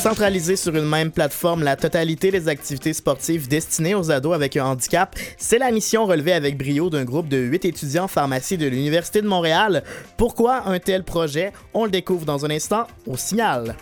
Centraliser sur une même plateforme la totalité des activités sportives destinées aux ados avec un handicap, c'est la mission relevée avec brio d'un groupe de 8 étudiants en pharmacie de l'Université de Montréal. Pourquoi un tel projet? On le découvre dans un instant au Signal.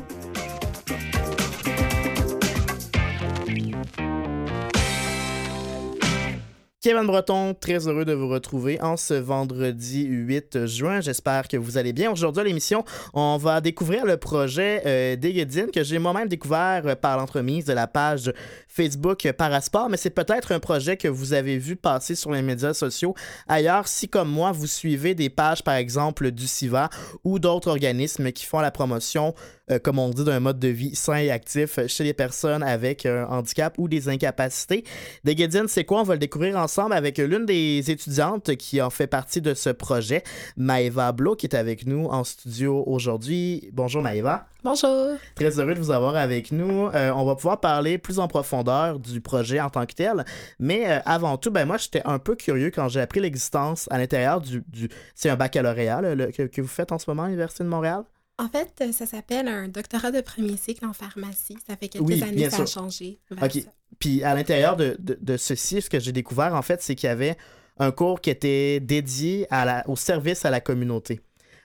Kevin Breton, très heureux de vous retrouver en ce vendredi 8 juin. J'espère que vous allez bien. Aujourd'hui à l'émission, on va découvrir le projet d'Egedine que j'ai moi-même découvert par l'entremise de la page Facebook Parasport, mais c'est peut-être un projet que vous avez vu passer sur les médias sociaux ailleurs si, comme moi, vous suivez des pages, par exemple, du CIVA ou d'autres organismes qui font la promotion comme on dit, d'un mode de vie sain et actif chez les personnes avec un handicap ou des incapacités. D'Egedine, c'est quoi? On va le découvrir ensemble avec l'une des étudiantes qui en fait partie de ce projet, Maëva Blo, qui est avec nous en studio aujourd'hui. Bonjour Maëva. Bonjour. Très heureux de vous avoir avec nous. On va pouvoir parler plus en profondeur du projet en tant que tel, mais avant tout, moi j'étais un peu curieux quand j'ai appris l'existence à l'intérieur du c'est un baccalauréat que vous faites en ce moment à l'Université de Montréal? En fait, ça s'appelle un doctorat de premier cycle en pharmacie. Ça fait quelques années que ça a changé. OK. Puis à l'intérieur de ceci, ce que j'ai découvert, en fait, c'est qu'il y avait un cours qui était dédié au service à la communauté.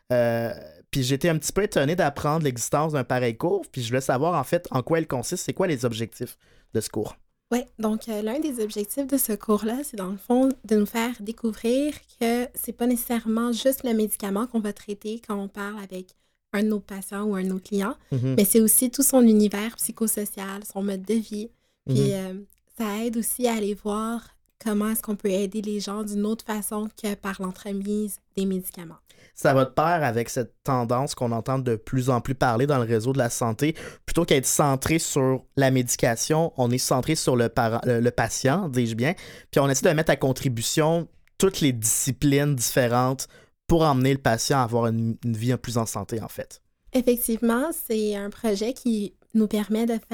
Puis j'étais un petit peu étonné d'apprendre l'existence d'un pareil cours. Puis je voulais savoir, en fait, en quoi il consiste. C'est quoi les objectifs de ce cours? Oui, donc l'un des objectifs de ce cours-là, c'est dans le fond de nous faire découvrir que c'est pas nécessairement juste le médicament qu'on va traiter quand on parle avec un de nos patients ou un de nos clients, mais c'est aussi tout son univers psychosocial, son mode de vie. Puis ça aide aussi à aller voir comment est-ce qu'on peut aider les gens d'une autre façon que par l'entremise des médicaments. Ça va de pair avec cette tendance qu'on entend de plus en plus parler dans le réseau de la santé. Plutôt qu'être centré sur la médication, on est centré sur le patient, dis-je bien, puis on essaie de mettre à contribution toutes les disciplines différentes pour emmener le patient à avoir une vie plus en santé, en fait. Effectivement, c'est un projet qui nous permet de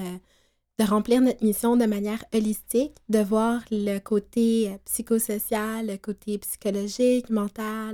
de remplir notre mission de manière holistique, de voir le côté psychosocial, le côté psychologique, mental,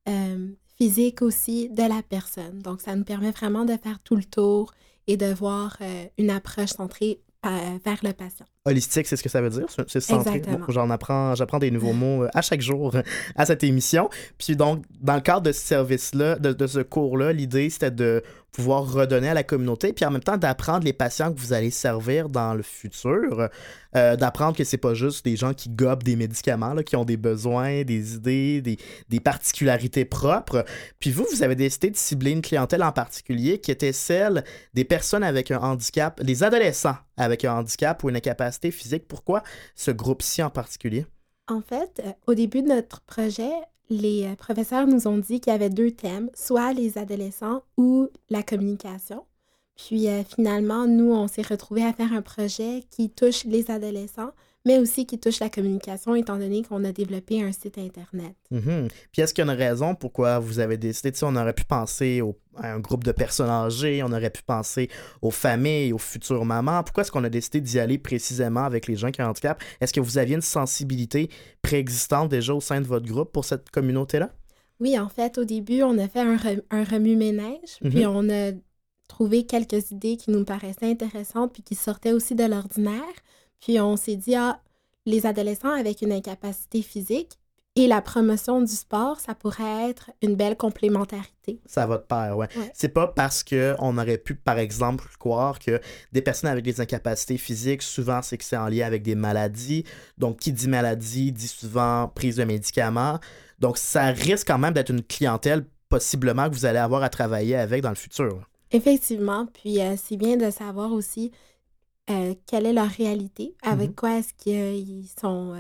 physique aussi de la personne. Donc, ça nous permet vraiment de faire tout le tour et de voir une approche centrée vers le patient. Holistique, c'est ce que ça veut dire? C'est centré. Exactement. J'apprends des nouveaux mots à chaque jour à cette émission. Puis donc, dans le cadre de ce service-là, de ce cours-là, l'idée, c'était de pouvoir redonner à la communauté, puis en même temps d'apprendre les patients que vous allez servir dans le futur, d'apprendre que c'est pas juste des gens qui gobent des médicaments, là, qui ont des besoins, des idées, des particularités propres. Puis vous avez décidé de cibler une clientèle en particulier qui était celle des personnes avec un handicap, des adolescents avec un handicap ou une incapacité physique. Pourquoi ce groupe-ci en particulier? En fait, au début de notre projet, les professeurs nous ont dit qu'il y avait 2 thèmes, soit les adolescents ou la communication. Puis finalement, nous, on s'est retrouvés à faire un projet qui touche les adolescents, mais aussi qui touche la communication, étant donné qu'on a développé un site Internet. Puis est-ce qu'il y a une raison pourquoi vous avez décidé, on aurait pu penser à un groupe de personnes âgées, on aurait pu penser aux familles, aux futures mamans. Pourquoi est-ce qu'on a décidé d'y aller précisément avec les gens qui ont un handicap? Est-ce que vous aviez une sensibilité préexistante déjà au sein de votre groupe pour cette communauté-là? Oui, en fait, au début, on a fait un remue-ménage, puis on a trouvé quelques idées qui nous paraissaient intéressantes puis qui sortaient aussi de l'ordinaire. Puis on s'est dit, les adolescents avec une incapacité physique et la promotion du sport, ça pourrait être une belle complémentarité. Ça va de pair, ouais. C'est pas parce qu'on aurait pu, par exemple, croire que des personnes avec des incapacités physiques, souvent, c'est que c'est en lien avec des maladies. Donc, qui dit maladie, dit souvent prise de médicaments. Donc, ça risque quand même d'être une clientèle, possiblement, que vous allez avoir à travailler avec dans le futur. Effectivement. Puis, c'est bien de savoir aussi quelle est leur réalité, avec quoi est-ce qu'ils sont...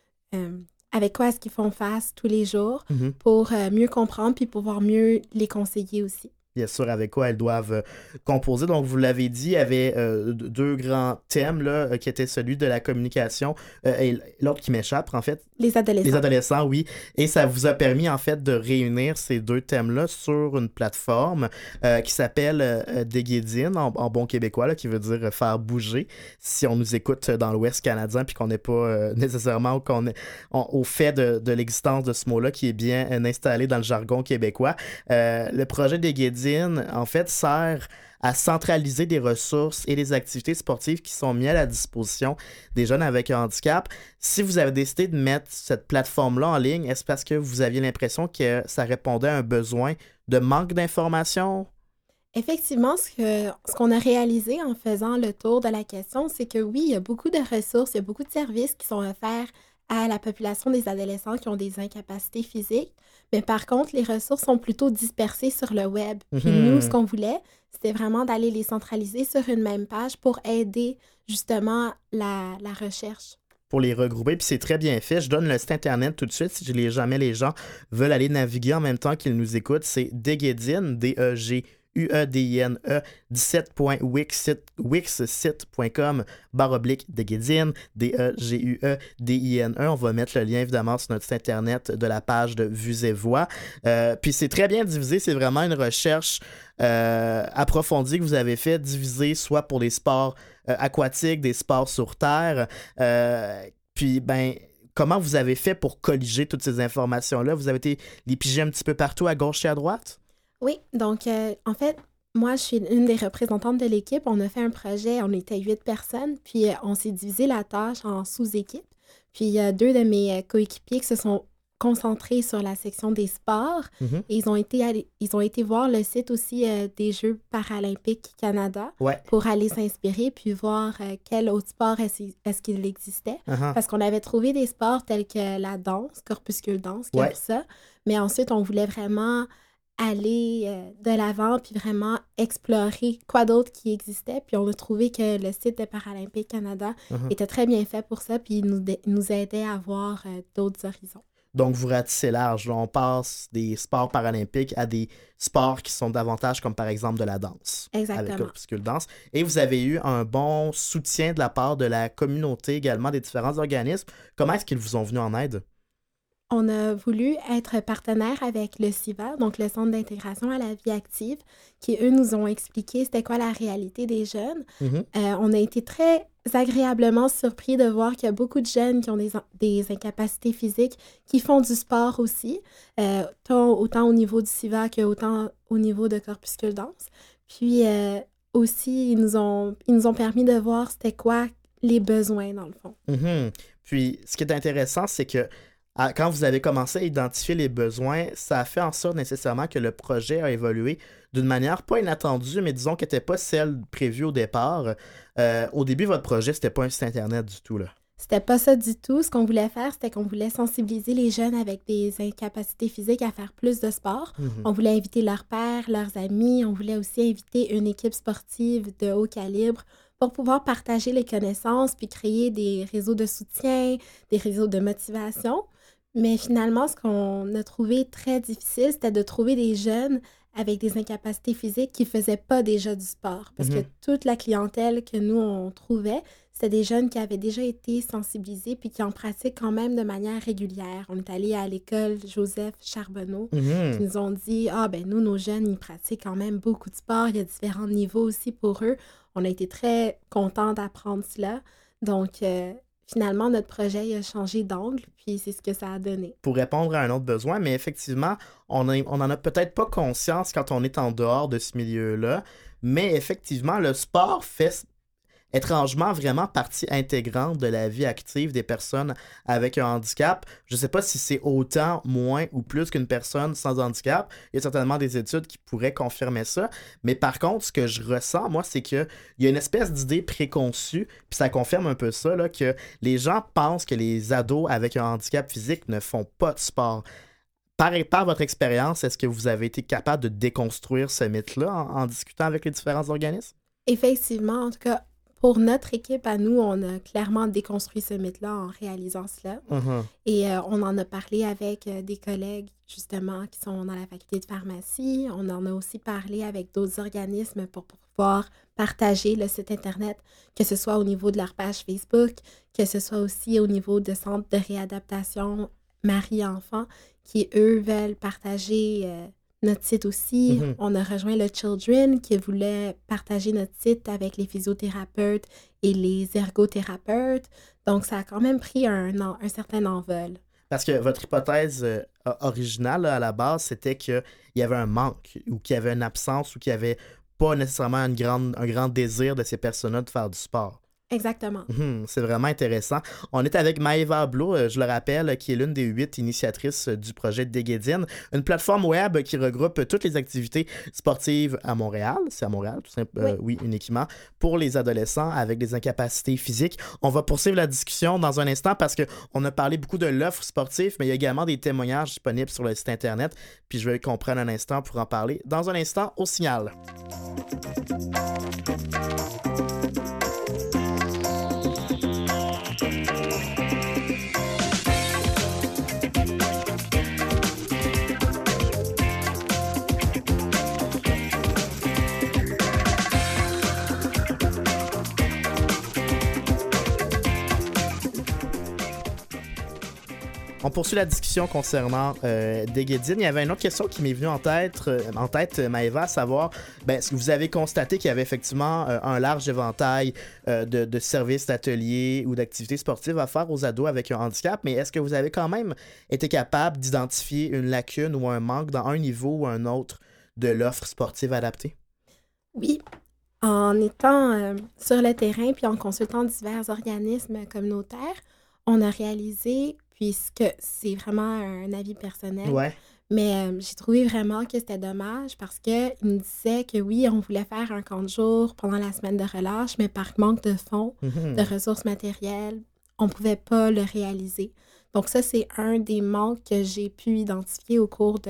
avec quoi est-ce qu'ils font face tous les jours pour mieux comprendre puis pouvoir mieux les conseiller aussi. Bien sûr, avec quoi elles doivent composer. Donc, vous l'avez dit, il y avait 2 grands thèmes là, qui étaient celui de la communication et l'autre qui m'échappe, en fait. Les adolescents. Les adolescents, oui. Et ça vous a permis, en fait, de réunir ces 2 thèmes-là sur une plateforme qui s'appelle D'Egedine, en bon québécois, là, qui veut dire faire bouger. Si on nous écoute dans l'Ouest canadien puis qu'on n'est pas nécessairement au fait de l'existence de ce mot-là qui est bien installé dans le jargon québécois. Le projet D'Egedine, Degadin, en fait, sert à centraliser des ressources et des activités sportives qui sont mises à la disposition des jeunes avec un handicap. Si vous avez décidé de mettre cette plateforme-là en ligne, est-ce parce que vous aviez l'impression que ça répondait à un besoin de manque d'informations? Effectivement, ce qu'on a réalisé en faisant le tour de la question, c'est que oui, il y a beaucoup de ressources, il y a beaucoup de services qui sont offerts à la population des adolescents qui ont des incapacités physiques, mais par contre, les ressources sont plutôt dispersées sur le web. Puis nous, ce Mhm. qu'on voulait, c'était vraiment d'aller les centraliser sur une même page pour aider justement la recherche. Pour les regrouper, puis c'est très bien fait. Je donne le site internet tout de suite si jamais les gens veulent aller naviguer en même temps qu'ils nous écoutent. C'est Degadin, Deguedine 17.wixsite.com /Degadin, Deguedine. On va mettre le lien évidemment sur notre site internet de la page de Vues et Voix. Puis c'est très bien divisé, c'est vraiment une recherche approfondie que vous avez fait, divisée soit pour des sports aquatiques, des sports sur terre. Puis ben comment vous avez fait pour colliger toutes ces informations-là? Vous avez été les piger un petit peu partout à gauche et à droite? Oui, donc en fait, moi, je suis une des représentantes de l'équipe. On a fait un projet, on était 8 personnes, puis on s'est divisé la tâche en sous-équipes. Puis il y a 2 de mes coéquipiers qui se sont concentrés sur la section des sports. Mhm. Et ils ont été voir le site aussi des Jeux paralympiques Canada Ouais. pour aller s'inspirer, puis voir quel autre sport est-ce qu'il existait. Uh-huh. Parce qu'on avait trouvé des sports tels que la danse, Corpuscule Danse, qui Ouais. offre ça. Mais ensuite, on voulait vraiment aller de l'avant puis vraiment explorer quoi d'autre qui existait. Puis on a trouvé que le site de Paralympique Canada Uh-huh. était très bien fait pour ça, puis il nous aidait à voir d'autres horizons. Donc, vous ratissez large. Là, on passe des sports paralympiques à des sports qui sont davantage comme par exemple de la danse. Avec Exactement. Corpuscule Danse. Et vous avez eu un bon soutien de la part de la communauté également, des différents organismes. Comment est-ce qu'ils vous ont venu en aide? On a voulu être partenaire avec le CIVA, donc le Centre d'intégration à la vie active, qui, eux, nous ont expliqué c'était quoi la réalité des jeunes. Mhm. On a été très agréablement surpris de voir qu'il y a beaucoup de jeunes qui ont des incapacités physiques qui font du sport aussi, autant au niveau du CIVA qu'autant au niveau de Corpuscule Danse. Puis aussi, ils nous ont permis de voir c'était quoi les besoins, dans le fond. Mhm. Puis, ce qui est intéressant, c'est que quand vous avez commencé à identifier les besoins, ça a fait en sorte nécessairement que le projet a évolué d'une manière pas inattendue, mais disons qu'elle n'était pas celle prévue au départ. Au début, votre projet, c'était pas un site internet du tout, là. C'était pas ça du tout. Ce qu'on voulait faire, c'était qu'on voulait sensibiliser les jeunes avec des incapacités physiques à faire plus de sport. Mhm. On voulait inviter leurs pères, leurs amis. On voulait aussi inviter une équipe sportive de haut calibre pour pouvoir partager les connaissances puis créer des réseaux de soutien, des réseaux de motivation. Mais finalement, ce qu'on a trouvé très difficile, c'était de trouver des jeunes avec des incapacités physiques qui ne faisaient pas déjà du sport. Parce que toute la clientèle que nous, on trouvait, c'était des jeunes qui avaient déjà été sensibilisés puis qui en pratiquent quand même de manière régulière. On est allé à l'école Joseph Charbonneau Mhm. qui nous ont dit « Ah, ben nous, nos jeunes, ils pratiquent quand même beaucoup de sport. Il y a différents niveaux aussi pour eux. » On a été très contents d'apprendre cela. Donc, finalement, notre projet il a changé d'angle, puis c'est ce que ça a donné. Pour répondre à un autre besoin, mais effectivement, on n'en a peut-être pas conscience quand on est en dehors de ce milieu-là, mais effectivement, le sport fait étrangement vraiment partie intégrante de la vie active des personnes avec un handicap. Je ne sais pas si c'est autant, moins ou plus qu'une personne sans handicap. Il y a certainement des études qui pourraient confirmer ça. Mais par contre, ce que je ressens, moi, c'est qu'il y a une espèce d'idée préconçue, puis ça confirme un peu ça, là, que les gens pensent que les ados avec un handicap physique ne font pas de sport. Par votre expérience, est-ce que vous avez été capable de déconstruire ce mythe-là en discutant avec les différents organismes? Effectivement, en tout cas, pour notre équipe à nous, on a clairement déconstruit ce mythe-là en réalisant cela. Mhm. Et on en a parlé avec des collègues, justement, qui sont dans la faculté de pharmacie. On en a aussi parlé avec d'autres organismes pour pouvoir partager le site Internet, que ce soit au niveau de leur page Facebook, que ce soit aussi au niveau de centres de réadaptation Marie-Enfant, qui, eux, veulent partager notre site aussi. Mhm. On a rejoint le Children qui voulait partager notre site avec les physiothérapeutes et les ergothérapeutes. Donc, ça a quand même pris un certain envol. Parce que votre hypothèse originale, là, à la base, c'était qu'il y avait un manque ou qu'il y avait une absence ou qu'il n'y avait pas nécessairement un grand désir de ces personnes-là de faire du sport. Exactement. C'est vraiment intéressant. On est avec Maëva Blot, je le rappelle, qui est l'une des 8 initiatrices du projet Déguédine, une plateforme web qui regroupe toutes les activités sportives à Montréal. C'est à Montréal, tout simplement. Oui, uniquement pour les adolescents avec des incapacités physiques. On va poursuivre la discussion dans un instant parce qu'on a parlé beaucoup de l'offre sportive, mais il y a également des témoignages disponibles sur le site Internet. Puis je vais qu'on prenne un instant pour en parler. Dans un instant, au signal. On poursuit la discussion concernant Déguédine. Il y avait une autre question qui m'est venue en tête, Maëva, à savoir, est-ce que vous avez constaté qu'il y avait effectivement un large éventail de services, d'ateliers ou d'activités sportives à faire aux ados avec un handicap, mais est-ce que vous avez quand même été capable d'identifier une lacune ou un manque dans un niveau ou un autre de l'offre sportive adaptée? Oui. En étant sur le terrain puis en consultant divers organismes communautaires, on a réalisé, puisque c'est vraiment un avis personnel, mais j'ai trouvé vraiment que c'était dommage parce qu'ils me disaient que oui, on voulait faire un camp de jour pendant la semaine de relâche, mais par manque de fonds, de ressources matérielles, on ne pouvait pas le réaliser. Donc ça, c'est un des manques que j'ai pu identifier au cours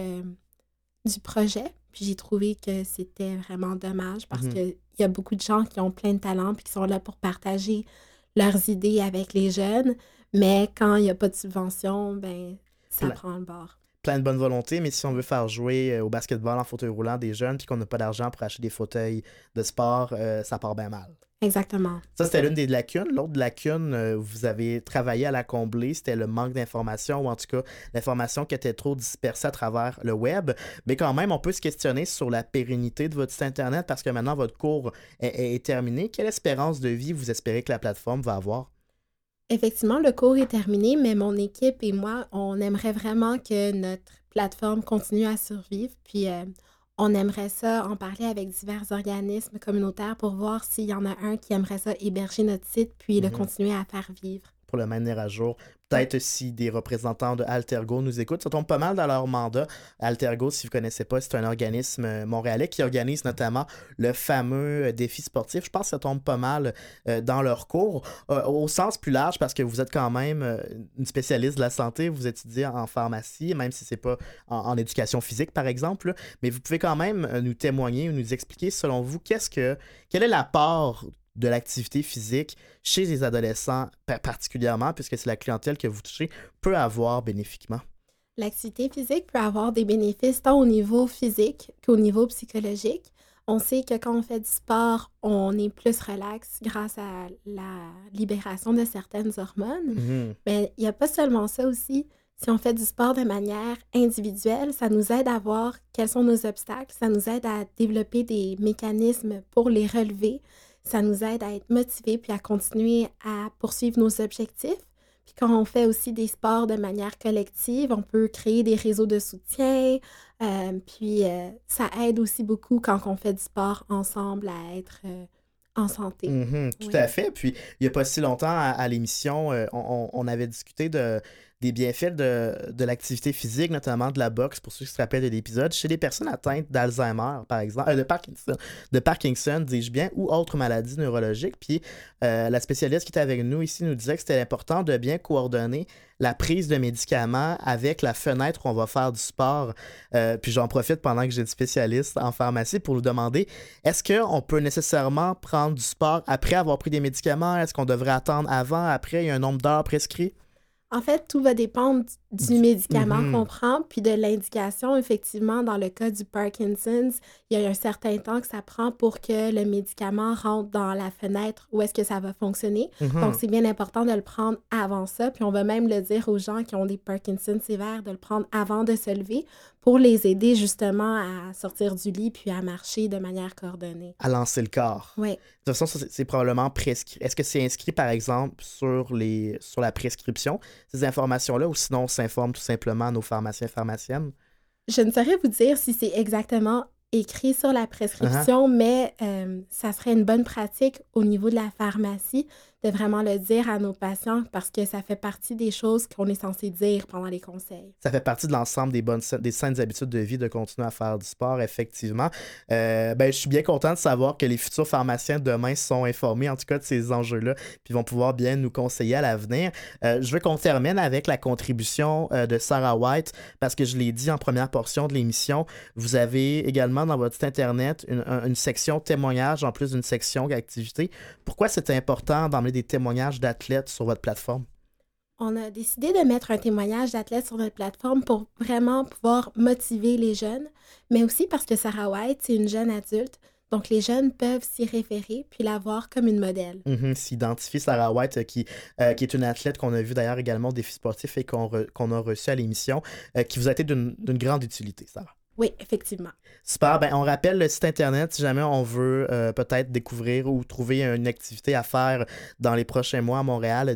du projet. Puis j'ai trouvé que c'était vraiment dommage parce qu'il y a beaucoup de gens qui ont plein de talents puis qui sont là pour partager leurs idées avec les jeunes, mais quand il n'y a pas de subvention, ça prend le bord. Plein de bonne volonté, mais si on veut faire jouer au basketball en fauteuil roulant des jeunes puis qu'on n'a pas d'argent pour acheter des fauteuils de sport, ça part bien mal. Exactement. Ça, c'était l'une des lacunes. L'autre lacune, vous avez travaillé à la combler, c'était le manque d'information, ou en tout cas, l'information qui était trop dispersée à travers le web. Mais quand même, on peut se questionner sur la pérennité de votre site Internet parce que maintenant, votre cours est terminé. Quelle espérance de vie vous espérez que la plateforme va avoir? Effectivement, le cours est terminé, mais mon équipe et moi, on aimerait vraiment que notre plateforme continue à survivre. Puis, on aimerait ça en parler avec divers organismes communautaires pour voir s'il y en a un qui aimerait ça héberger notre site puis le continuer à faire vivre. Pour le maintenir à jour. Peut-être si des représentants de Altergo nous écoutent, ça tombe pas mal dans leur mandat. Altergo, si vous ne connaissez pas, c'est un organisme montréalais qui organise notamment le fameux défi sportif. Je pense que ça tombe pas mal dans leur cours. Au sens plus large, parce que vous êtes quand même une spécialiste de la santé, vous étudiez en pharmacie, même si c'est pas en éducation physique, par exemple, mais vous pouvez quand même nous témoigner ou nous expliquer, selon vous, quel est l'apport de l'activité physique chez les adolescents particulièrement, puisque c'est la clientèle que vous touchez, peut avoir bénéfiquement? L'activité physique peut avoir des bénéfices tant au niveau physique qu'au niveau psychologique. On sait que quand on fait du sport, on est plus relax grâce à la libération de certaines hormones. Mais il n'y a pas seulement ça aussi. Si on fait du sport de manière individuelle, ça nous aide à voir quels sont nos obstacles, ça nous aide à développer des mécanismes pour les relever. Ça nous aide à être motivés puis à continuer à poursuivre nos objectifs. Puis quand on fait aussi des sports de manière collective, on peut créer des réseaux de soutien. Puis ça aide aussi beaucoup quand on fait du sport ensemble à être en santé. Tout à fait. Puis il n'y a pas si longtemps à l'émission, on avait discuté des bienfaits de l'activité physique, notamment de la boxe, pour ceux qui se rappellent de l'épisode, chez les personnes atteintes d'Alzheimer, par exemple, de Parkinson, dis-je bien, ou autres maladies neurologiques. Puis la spécialiste qui était avec nous ici nous disait que c'était important de bien coordonner la prise de médicaments avec la fenêtre où on va faire du sport. Puis j'en profite pendant que j'ai une spécialiste en pharmacie pour nous demander, est-ce qu'on peut nécessairement prendre du sport après avoir pris des médicaments? Est-ce qu'on devrait attendre avant, après? Il y a un nombre d'heures prescrit? En fait, tout va dépendre du médicament qu'on prend, puis de l'indication. Effectivement, dans le cas du Parkinson's, il y a un certain temps que ça prend pour que le médicament rentre dans la fenêtre où est-ce que ça va fonctionner. Donc, c'est bien important de le prendre avant ça. Puis on va même le dire aux gens qui ont des Parkinson's sévères de le prendre avant de se lever pour les aider justement à sortir du lit puis à marcher de manière coordonnée. À lancer le corps. Oui. De toute façon, c'est probablement prescrit. Est-ce que c'est inscrit, par exemple, sur la prescription, ces informations-là, ou sinon on s'informe tout simplement à nos pharmaciens et pharmaciennes? Je ne saurais vous dire si c'est exactement écrit sur la prescription, mais ça serait une bonne pratique au niveau de la pharmacie de vraiment le dire à nos patients parce que ça fait partie des choses qu'on est censé dire pendant les conseils. Ça fait partie de l'ensemble des saines habitudes de vie de continuer à faire du sport, effectivement. Je suis bien content de savoir que les futurs pharmaciens demain sont informés, en tout cas, de ces enjeux-là, puis vont pouvoir bien nous conseiller à l'avenir. Je veux qu'on termine avec la contribution de Sarah White, parce que je l'ai dit en première portion de l'émission, vous avez également dans votre site Internet une section témoignages en plus d'une section activité. Pourquoi c'est important d'emmener des témoignages d'athlètes sur votre plateforme? On a décidé de mettre un témoignage d'athlète sur notre plateforme pour vraiment pouvoir motiver les jeunes, mais aussi parce que Sarah White, c'est une jeune adulte, donc les jeunes peuvent s'y référer puis la voir comme une modèle. S'identifier Sarah White, qui est une athlète qu'on a vue d'ailleurs également au défi sportif et qu'on a reçu à l'émission, qui vous a été d'une grande utilité, Sarah. Oui, effectivement. Super. On rappelle le site Internet si jamais on veut peut-être découvrir ou trouver une activité à faire dans les prochains mois à Montréal,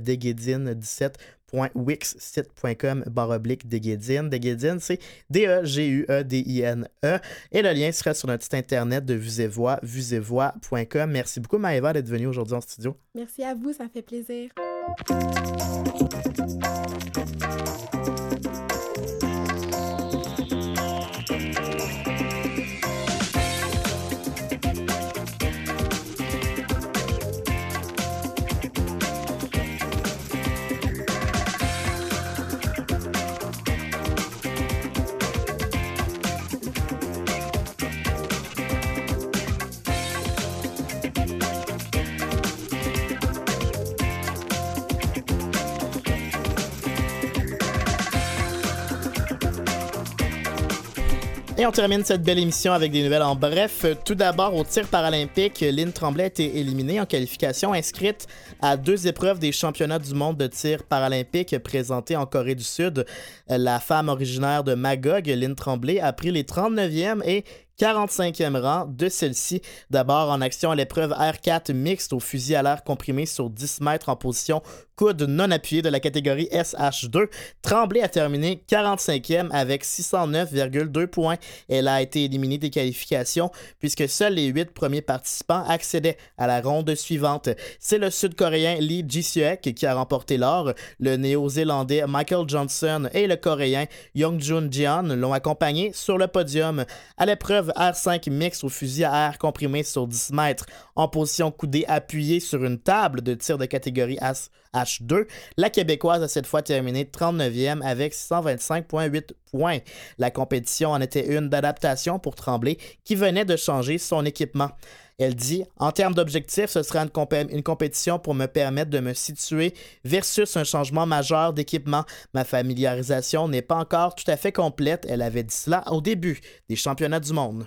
deguedine17.wixsite.com/Deguedine. Deguedine, c'est Deguedine. Et le lien sera sur notre site Internet de Vusevoix, vusevoix.com. Merci beaucoup, Maëva, d'être venue aujourd'hui en studio. Merci à vous, ça fait plaisir. Et on termine cette belle émission avec des nouvelles en bref. Tout d'abord, au tir paralympique, Lynn Tremblay a été éliminée en qualification, inscrite à 2 épreuves des championnats du monde de tir paralympique présentés en Corée du Sud. La femme originaire de Magog, Lynn Tremblay, a pris les 39e et 45e rang de celle-ci. D'abord en action à l'épreuve R4 mixte au fusil à l'air comprimé sur 10 mètres en position coude non appuyé de la catégorie SH2. Tremblay a terminé 45e avec 609,2 points. Elle a été éliminée des qualifications puisque seuls les 8 premiers participants accédaient à la ronde suivante. C'est le Sud-Coréen Lee Ji-seok qui a remporté l'or. Le Néo-Zélandais Michael Johnson et le Coréen Young-Jun Jeon l'ont accompagné sur le podium. À l'épreuve R5 mixte au fusil à air comprimé sur 10 mètres en position coudée appuyée sur une table de tir de catégorie H2, la Québécoise a cette fois terminé 39e avec 625,8 points. La compétition en était une d'adaptation pour Tremblay qui venait de changer son équipement. Elle dit « En termes d'objectifs, ce sera une compétition pour me permettre de me situer versus un changement majeur d'équipement. Ma familiarisation n'est pas encore tout à fait complète. » Elle avait dit cela au début des championnats du monde.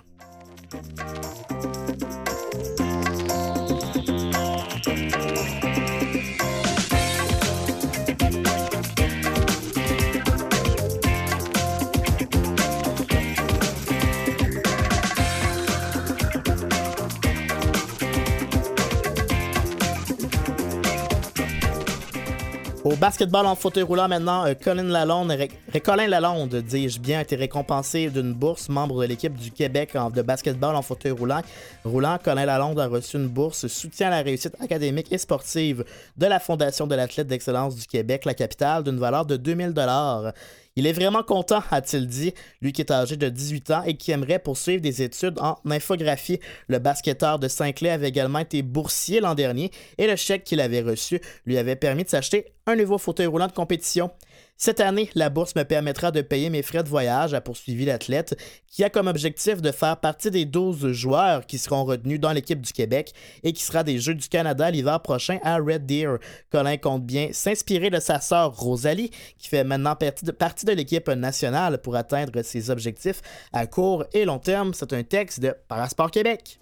Au basketball en fauteuil roulant maintenant, Colin Lalonde, dis-je bien, a été récompensé d'une bourse, membre de l'équipe du Québec de basketball en fauteuil roulant. Colin Lalonde a reçu une bourse soutien à la réussite académique et sportive de la Fondation de l'athlète d'excellence du Québec, la capitale, d'une valeur de 2000 $. Il est vraiment content, a-t-il dit, lui qui est âgé de 18 ans et qui aimerait poursuivre des études en infographie. Le basketteur de Saint-Clair avait également été boursier l'an dernier et le chèque qu'il avait reçu lui avait permis de s'acheter un nouveau fauteuil roulant de compétition. Cette année, la bourse me permettra de payer mes frais de voyage, a poursuivi l'athlète, qui a comme objectif de faire partie des 12 joueurs qui seront retenus dans l'équipe du Québec et qui sera des Jeux du Canada l'hiver prochain à Red Deer. Colin compte bien s'inspirer de sa sœur Rosalie, qui fait maintenant partie de l'équipe nationale pour atteindre ses objectifs à court et long terme. C'est un texte de Parasport Québec.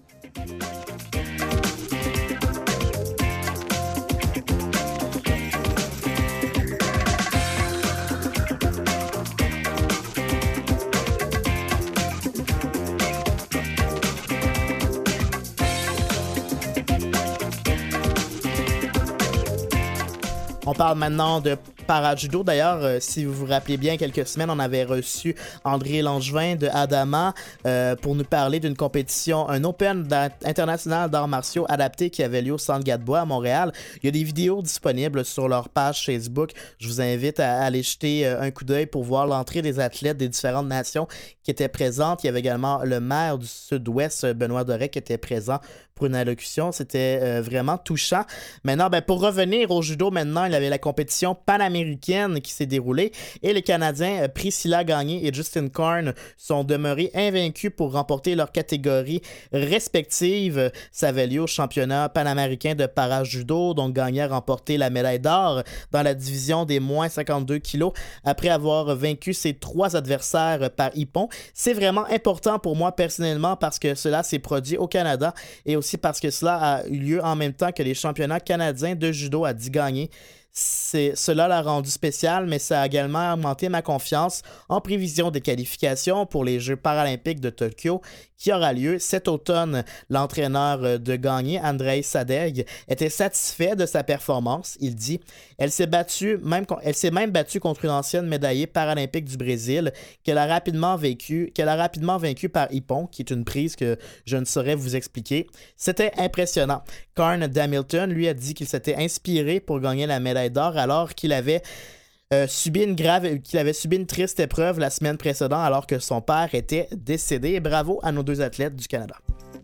On parle maintenant de parajudo. D'ailleurs, si vous vous rappelez bien, quelques semaines, on avait reçu André Langevin de Adama pour nous parler d'une compétition, un Open international d'arts martiaux adapté qui avait lieu au Centre Gadebois à Montréal. Il y a des vidéos disponibles sur leur page Facebook. Je vous invite à aller jeter un coup d'œil pour voir l'entrée des athlètes des différentes nations qui étaient présentes. Il y avait également le maire du Sud-Ouest, Benoît Doré, qui était présent pour une allocution. C'était vraiment touchant. Maintenant, pour revenir au judo, maintenant, il y avait la compétition panaméricaine qui s'est déroulée et les Canadiens Priscilla Gagné et Justin Korn sont demeurés invaincus pour remporter leur catégorie respective. Ça avait lieu au championnat panaméricain de parajudo, donc Gagné a remporté la médaille d'or dans la division des moins 52 kilos après avoir vaincu ses 3 adversaires par ippon. C'est vraiment important pour moi personnellement parce que cela s'est produit au Canada et aussi parce que cela a eu lieu en même temps que les championnats canadiens de judo à 10 gagnés. Cela l'a rendu spécial, mais ça a également augmenté ma confiance en prévision des qualifications pour les Jeux paralympiques de Tokyo qui aura lieu cet automne. L'entraîneur de Gagné, Andrei Sadeg, était satisfait de sa performance. Il dit « Elle s'est même battue contre une ancienne médaillée paralympique du Brésil qu'elle a rapidement vaincu par ippon, qui est une prise que je ne saurais vous expliquer. C'était impressionnant. » Karn Damilton, lui, a dit qu'il s'était inspiré pour gagner la médaille d'or alors qu'il avait subi une triste épreuve la semaine précédente alors que son père était décédé. Et bravo à nos 2 athlètes du Canada.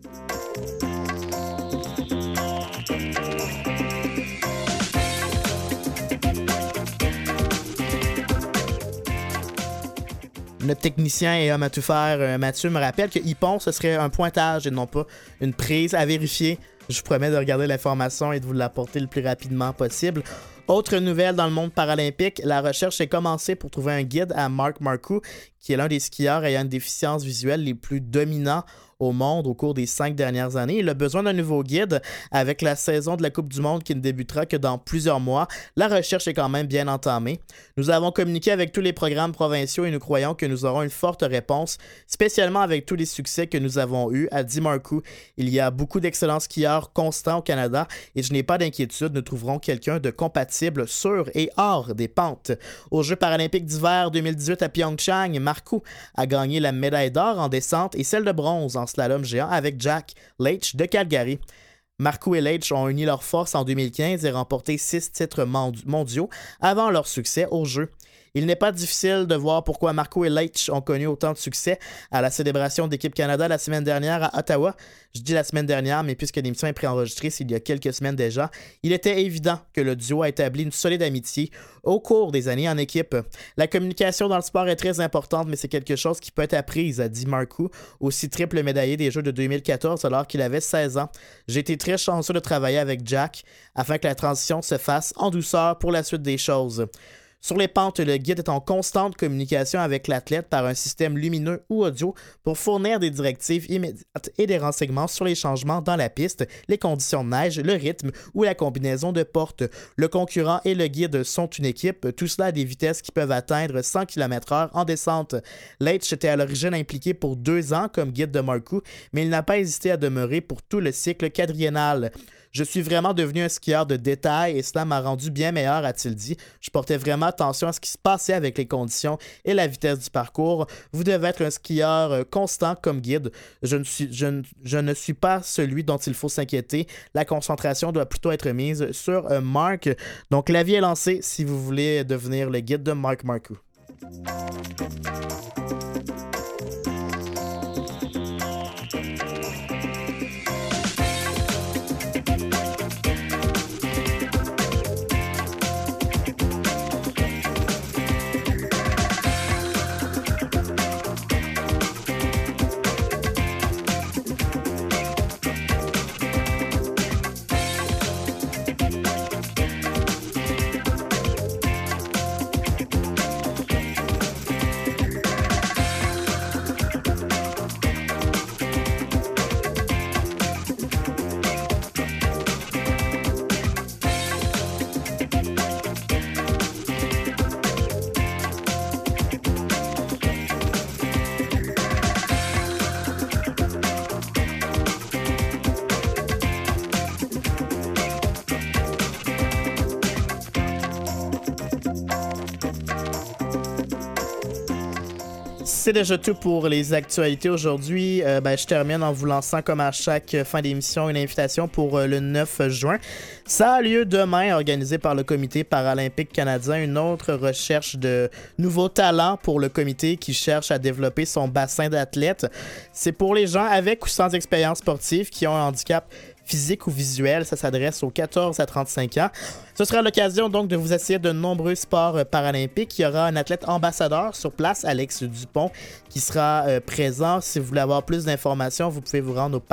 Notre technicien et homme à tout faire, Mathieu, me rappelle que ippon, ce serait un pointage et non pas une prise à vérifier. Je vous promets de regarder l'information et de vous l'apporter le plus rapidement possible. Autre nouvelle dans le monde paralympique, la recherche est commencée pour trouver un guide à Mark Marcoux, qui est l'un des skieurs ayant une déficience visuelle les plus dominants au monde au cours des 5 dernières années. Il a besoin d'un nouveau guide avec la saison de la Coupe du Monde qui ne débutera que dans plusieurs mois. La recherche est quand même bien entamée. Nous avons communiqué avec tous les programmes provinciaux et nous croyons que nous aurons une forte réponse, spécialement avec tous les succès que nous avons eus, a dit Marcoux. Il y a beaucoup d'excellents skieurs constants au Canada et je n'ai pas d'inquiétude, nous trouverons quelqu'un de compatible sur et hors des pentes. Aux Jeux paralympiques d'hiver 2018 à Pyeongchang, Marcoux a gagné la médaille d'or en descente et celle de bronze en slalom géant avec Jack Leitch de Calgary. Marcoux et Leitch ont uni leurs forces en 2015 et remporté 6 titres mondiaux avant leur succès aux Jeux. Il n'est pas difficile de voir pourquoi Marcoux et Leitch ont connu autant de succès à la célébration d'Équipe Canada la semaine dernière à Ottawa. Je dis la semaine dernière, mais puisque l'émission est préenregistrée il y a quelques semaines déjà, il était évident que le duo a établi une solide amitié au cours des années en équipe. La communication dans le sport est très importante, mais c'est quelque chose qui peut être apprise, a dit Marcoux, aussi triple médaillé des Jeux de 2014 alors qu'il avait 16 ans. J'ai été très chanceux de travailler avec Jack afin que la transition se fasse en douceur pour la suite des choses. Sur les pentes, le guide est en constante communication avec l'athlète par un système lumineux ou audio pour fournir des directives immédiates et des renseignements sur les changements dans la piste, les conditions de neige, le rythme ou la combinaison de portes. Le concurrent et le guide sont une équipe, tout cela à des vitesses qui peuvent atteindre 100 km/h en descente. Leitch était à l'origine impliqué pour 2 ans comme guide de Marcoux, mais il n'a pas hésité à demeurer pour tout le cycle quadriennal. Je suis vraiment devenu un skieur de détail et cela m'a rendu bien meilleur, a-t-il dit. Je portais vraiment attention à ce qui se passait avec les conditions et la vitesse du parcours. Vous devez être un skieur constant comme guide. Je ne suis pas celui dont il faut s'inquiéter. La concentration doit plutôt être mise sur Mark. Donc, l'avis est lancé si vous voulez devenir le guide de Mark Marcoux. C'est déjà tout pour les actualités aujourd'hui. Je termine en vous lançant, comme à chaque fin d'émission, une invitation pour le 9 juin. Ça a lieu demain, organisé par le Comité paralympique canadien, une autre recherche de nouveaux talents pour le comité qui cherche à développer son bassin d'athlètes. C'est pour les gens avec ou sans expérience sportive qui ont un handicap physique ou visuel. Ça s'adresse aux 14 à 35 ans. Ce sera l'occasion donc de vous essayer de nombreux sports paralympiques. Il y aura un athlète ambassadeur sur place, Alex Dupont, qui sera présent. Si vous voulez avoir plus d'informations, vous pouvez vous rendre au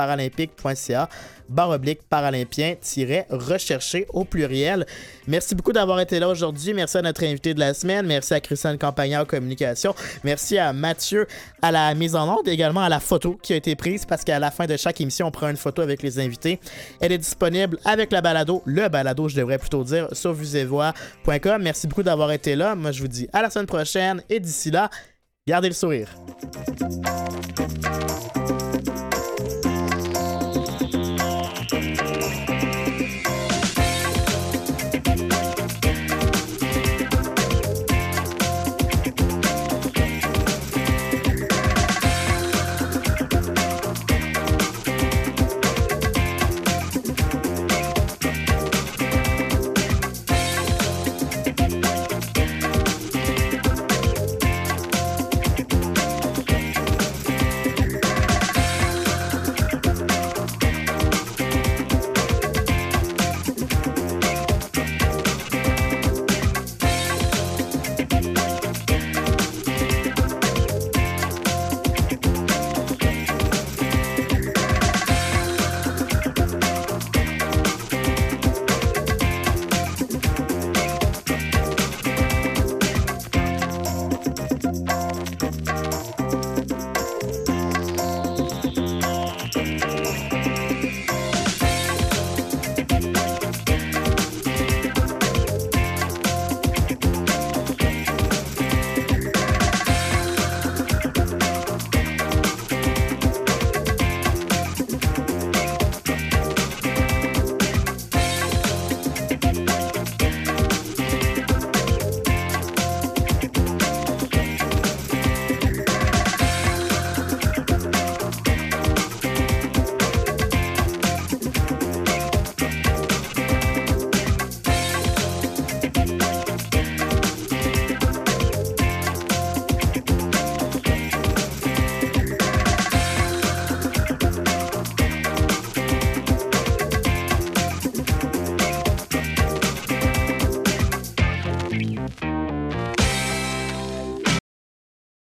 paralympique.ca/paralympien-recherché au pluriel. Merci beaucoup d'avoir été là aujourd'hui. Merci à notre invité de la semaine. Merci à Christiane Campagnard en communication. Merci à Mathieu à la mise en onde, également à la photo qui a été prise, parce qu'à la fin de chaque émission, on prend une photo avec les invités. Elle est disponible avec le balado, je devrais plutôt dire, sur vuesetvoix.com. Merci beaucoup d'avoir été là. Moi, je vous dis à la semaine prochaine et d'ici là, gardez le sourire.